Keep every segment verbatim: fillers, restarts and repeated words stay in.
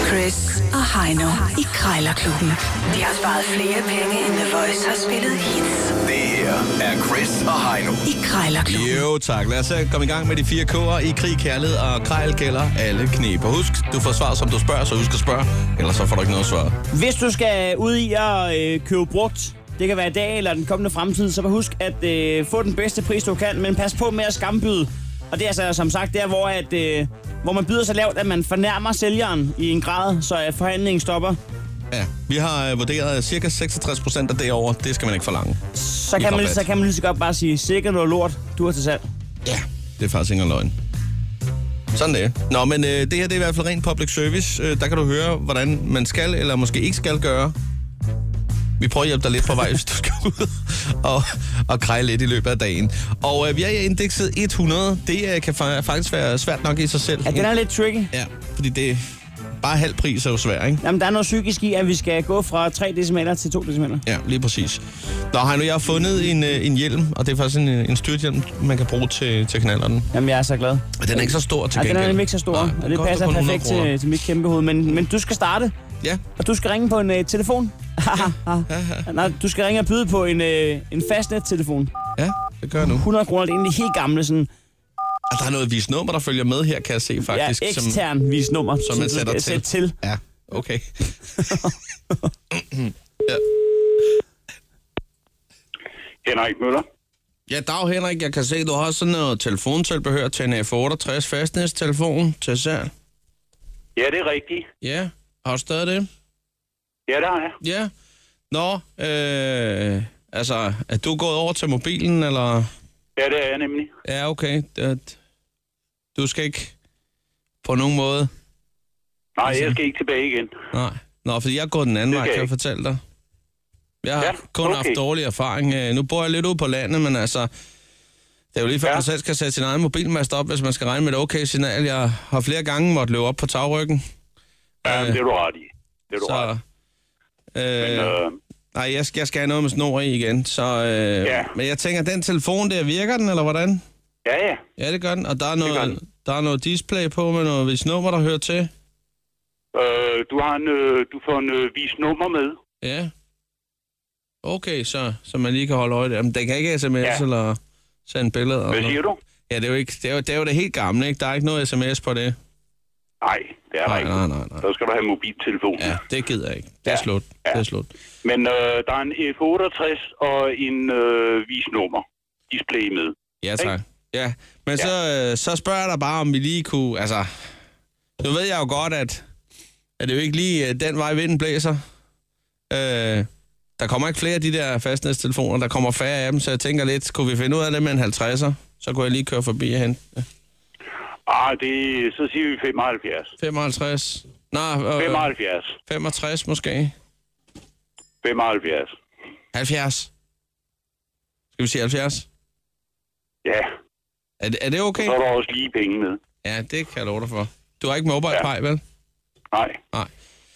Chris og Heino i Krejlerklubben. De har sparet flere penge, end The Voice har spillet hits. Det her er Chris og Heino i Krejlerklubben. Jo tak, lad os komme i gang med de fire K'er i krig, knælet og krejl gælder alle knep. Og husk, du får svar, som du spørger, så husk at spørge, ellers så får du ikke noget svar. Hvis du skal ud i at øh, købe brugt, det kan være i dag eller den kommende fremtid, så husk at øh, få den bedste pris, du kan, men pas på med at skambyde. Og det er altså som sagt der, hvor, at, øh, hvor man byder så lavt, at man fornærmer sælgeren i en grad, så at forhandlingen stopper. Ja, vi har øh, vurderet cirka seksogtres procent af det over. Det skal man ikke forlange. Så kan, man, så kan man lige så godt bare sige, sikkert noget lort, du har til salg. Ja, det er faktisk ikke løgn. Sådan det. Nå, men øh, det her det er i hvert fald ren public service. Øh, der kan du høre, hvordan man skal eller måske ikke skal gøre. Vi prøver at hjælpe dig lidt på vej, hvis du skal ud og, og kreje lidt i løbet af dagen. Og øh, vi er i indekset hundrede. Det øh, kan faktisk være svært nok i sig selv. Ja, den er lidt tricky. Ja, fordi det bare halv pris er jo svært, ikke? Jamen, der er noget psykisk i, at vi skal gå fra tre decimaler til to decimaler. Ja, lige præcis. Nå, Heino, jeg har fundet en, en hjelm, og det er faktisk en, en styrthjelm, man kan bruge til, til knalleren. Jamen, jeg er så glad. Og den er ikke så stor til gengæld. Ja, den er nemlig ikke så stor, Nej, og det passer perfekt til, til mit kæmpe hoved. Men, men du skal starte. Ja. Og du skal ringe på en uh, telefon. Nej, du skal ringe og byde på en, uh, en fastnet-telefon. Ja, det gør jeg nu. hundrede kroner, det er egentlig helt gamle sådan. Og der er noget visnummer, der følger med her, kan jeg se faktisk. Ja, ekstern som, visnummer, som man sætter til. Sæt til. Ja, okay. Ja. Henrik Møller. Ja, dag Henrik, jeg kan se, du har sådan noget telefontilbehør til en F otteogtres fastnæstelefon til salg. Ja, det er rigtigt. Ja, har du stadig det? Ja, det har jeg. Ja. Nå, øh, altså, er du gået over til mobilen, eller? Ja, det er jeg nemlig. Ja, okay. Det, du skal ikke på nogen måde? Nej, altså, jeg skal ikke tilbage igen. Nej. Nå, fordi jeg er gået den anden vej, kan jeg fortælle dig. Jeg har ja, kun okay. haft dårlig erfaring. Nu bor jeg lidt ude på landet, men altså, det er jo lige før, ja. man selv skal sætte sin egen mobilmast op, hvis man skal regne med et okay signal. Jeg har flere gange måtte løbe op på tagryggen. Ja, øh, det er du ret i. Det er du så, ret øh, men, øh... Nej, jeg skal, jeg skal have noget med snor i igen. Så, øh, ja. Men jeg tænker, den telefon der, virker den, eller hvordan? Ja, ja. Ja, det gør den. Og der er noget, der er noget display på med noget vis nummer, der hører til. Øh, du, har en, øh, du får en øh, vis nummer med. Ja. Okay, så, så man lige kan holde øje der. Men den kan ikke sms ja. eller sende billeder. Hvad siger du? Ja, det er, jo ikke, det, er jo, det er jo det helt gamle, ikke? Der er ikke noget sms på det. Nej, det er nej, der ikke. Nej, nej, nej. Så skal du have mobiltelefon. Ja, det gider jeg ikke. Det er ja. slut. Ja. Det er slut. Men øh, der er en F otteogtres og en øh, vis nummer display med. Ja, tak. Ja, men ja. Så, øh, så spørger jeg dig bare, om vi lige kunne... Altså, nu ved jeg jo godt, at, at det jo ikke lige den vej vinden blæser. Øh, der kommer ikke flere af de der fastnæstelefoner. Der kommer færre af dem, så jeg tænker lidt, kunne vi finde ud af det med en halvtredser? Så kunne jeg lige køre forbi og hente. Ja. Ah, det, så siger vi femoghalvfjerds. femoghalvtreds? Nej, øh, femoghalvfjerds. femogtres måske? femoghalvfjerds. halvfjerds? Skal vi sige halvfjerds? Ja. Er det, er det okay? Så er der også lige penge med. Ja, det kan jeg love dig for. Du har ikke mobile ja. pay, vel? Nej. Nej.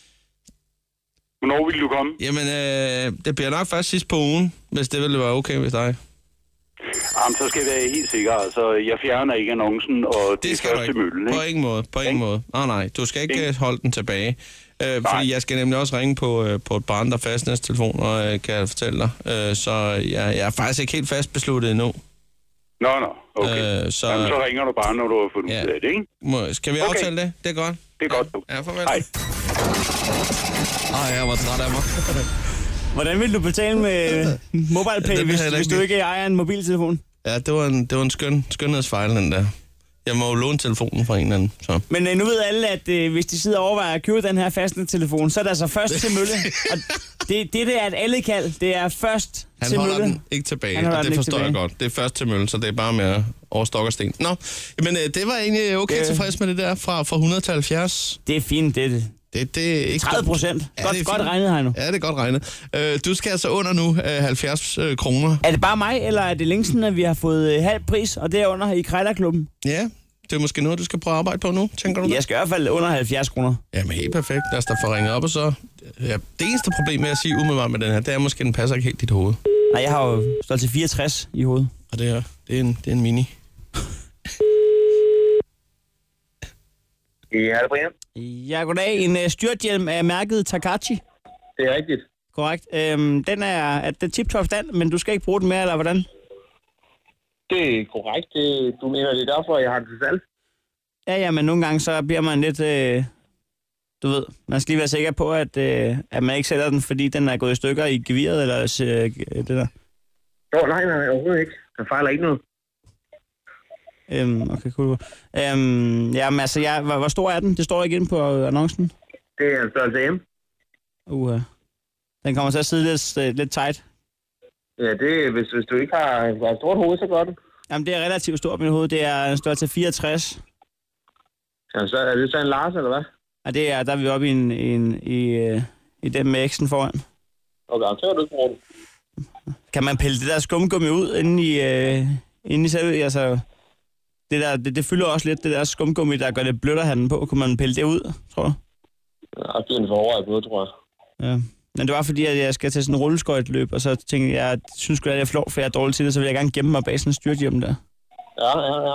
Hvornår vil du komme? Jamen, øh, det bliver nok først sidst på ugen, hvis det ville være okay med dig. Jamen, så skal jeg være helt sikker. Altså, jeg fjerner ikke annoncen, og det, det skal er første møllen, ikke? På ingen måde, på ingen måde. Nej, nej, du skal ikke Ingen. holde den tilbage. Øh, fordi jeg skal nemlig også ringe på, øh, på et par andre fastnæstelefoner, øh, kan jeg fortælle dig. Øh, så jeg, jeg er faktisk ikke helt fast besluttet endnu. Nå, nå, okay. Øh, så... Jamen, så ringer du bare, når du har fundet ja. ud af det, ikke? Må, skal vi okay. aftale det? Det er godt. Det er godt, du. Ja, farvel. Hej. Ej, jeg var træt af mig. Hvordan vil du betale med MobilePay, ja, hvis, hvis du ikke ejer en mobiltelefon? Ja, det var en, det var en skøn, skønhedsfejl, den der. Jeg må jo låne telefonen fra en eller anden. Så. Men øh, nu ved alle, at øh, hvis de sidder og overvejer at købe den her fastnettelefon, så er det altså først til mølle. Og det, det der er et alle kald, det er først Han til mølle. Han holder den ikke tilbage, og det forstår jeg godt. Det er først til mølle, så det er bare med over stok og sten. Nå, men øh, det var egentlig okay det, tilfreds med det der fra, fra hundrede til halvfjerds. Det er fint, det er det. Det, det er ikke tredive procent. Ja, godt, godt regnet, Heino. Ja, det er godt regnet. Øh, du skal altså under nu øh, halvfjerds øh, kroner. Er det bare mig, eller er det længe siden, at vi har fået øh, halv pris, og det er under i Krejlerklubben? Ja, det er måske noget, du skal prøve at arbejde på nu, tænker du det? Jeg skal i hvert fald under halvfjerds kroner. Jamen helt perfekt. Lad os da få ringet op, og så... Ja, det eneste problem med at sige umiddelbart med den her, det er måske, den passer ikke helt dit hoved. Nej, jeg har jo stået til fireogtres i hovedet. Og det er, det er, en, det er en mini. Ja, det er Brian. Ja, goddag. En uh, styrthjelm af mærket Takachi. Det er rigtigt. Korrekt. Øhm, den er, at det er tip-top stand, men du skal ikke bruge den mere, eller hvordan? Det er korrekt. Det, du mener, det er derfor, jeg har den til salg? Ja, ja, men nogle gange så bliver man lidt... Øh, du ved, man skal lige være sikker på, at, øh, at man ikke sælger den, fordi den er gået i stykker i geviret, eller øh, det der. Nå, nej, nej, overhovedet ikke. Der fejler ikke noget. Øhm, okay, cool. Øhm, jamen, altså, ja, hvor, hvor stor er den? Det står ikke inde på annoncen. Det er en størrelse M. Uha. Den kommer til at sidde lidt, lidt tight. Ja, det hvis, hvis du ikke har, har et stort hoved, så gør den. Jamen, det er relativt stort, mit hoved. Det er en størrelse fireogtres. Ja, så er det så en Lars, eller hvad? Ja, det er, der er vi oppe i, en, en, i, øh, i den med X'en foran. Okay, så er du ikke brugt. Kan man pille det der skumgummi ud inde i, øh, inde i selv? Altså, det, der, det, det fylder også lidt, det der skumgummi, der gør det blødt at have den på. Kunne man pille det ud, tror du? Ja, det er en for overret på, tror jeg. Ja. Men det var fordi, at jeg skal til sådan en rulleskøjtløb, og så tænkte jeg, jeg synes godt, at jeg er flot, for jeg er dårlig til det, så vil jeg gerne gemme mig bag sådan en styrthjelm der. Ja, ja, ja.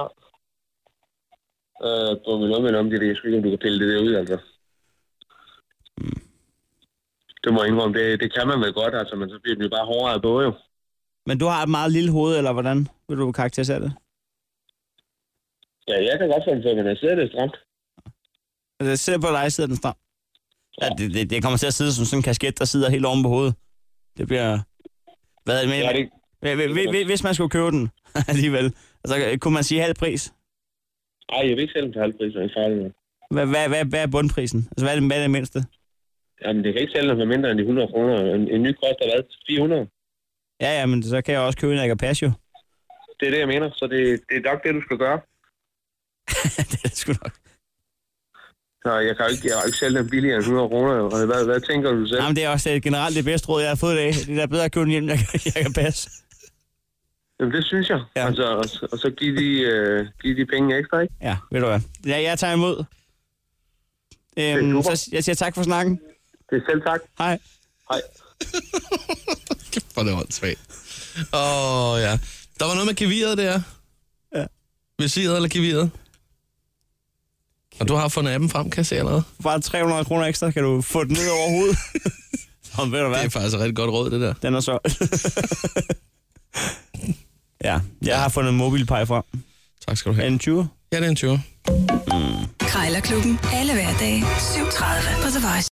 Øh, du vil noget med om det, jeg skulle ikke, om du kan pille det der ud, altså. Mm. Det må jeg indrømme, det, det kan man vel godt, altså, men så bliver det jo bare hårdere på, jo. Men du har et meget lille hoved, eller hvordan vil du karakterisere det? Ja, jeg kan godt finde for, men jeg sidder det stramt. Altså, jeg sidder på dig, sidder den stram. Ja, det, det, det kommer til at sidde som sådan en kasket, der sidder helt oven på hovedet. Det bliver... Hvad er det med? Ja, det... Hvis man skulle købe den alligevel, altså, kunne man sige halv pris? Nej, jeg vil ikke sælge den til halv pris, så er ikke færdig med. Hvad, hvad, hvad, hvad er bundprisen? Altså, hvad er det, hvad er det mindste? Jamen, det kan ikke sælge den for mindre end de hundrede kroner. En, en ny koster hvad? fire hundrede? Ja, ja, men så kan jeg også købe en Agapas, jo. Det er det, jeg mener. Så det, det er nok det, du skal gøre. Det er sgu nok. Så jeg kan jo ikke, jeg kan ikke sælge den billigere end hundrede kroner. Hvad, hvad tænker du selv? Jamen, det er også generelt det bedste råd, jeg har fået i dag. Det er bedre at købe en hjem, jeg, jeg kan passe. Jamen, det synes jeg. Ja. Altså, og, og så give de, øh, give de penge ekstra, ikke? Ja, ved du hvad. Ja, jeg tager imod. Øhm, så jeg siger tak for snakken. Det er selv tak. Hej. Hej. For det var åndssvagt. Åh, oh, ja. Der var noget med geviret der. Ja. Visiret eller geviret? Og du har fundet appen frem, kan jeg se allerede. Bare tre hundrede kroner ekstra, kan du få den ned over hovedet. Om, ved du hvad? Det er faktisk et rigtig godt råd, det der. Den er så. Ja, jeg har fundet en mobilpej frem. Tak skal du have. En tyver? Ja, det er en tyver. Mm. Krejlerklubben. Alle hverdage. syv tredive på The Voice.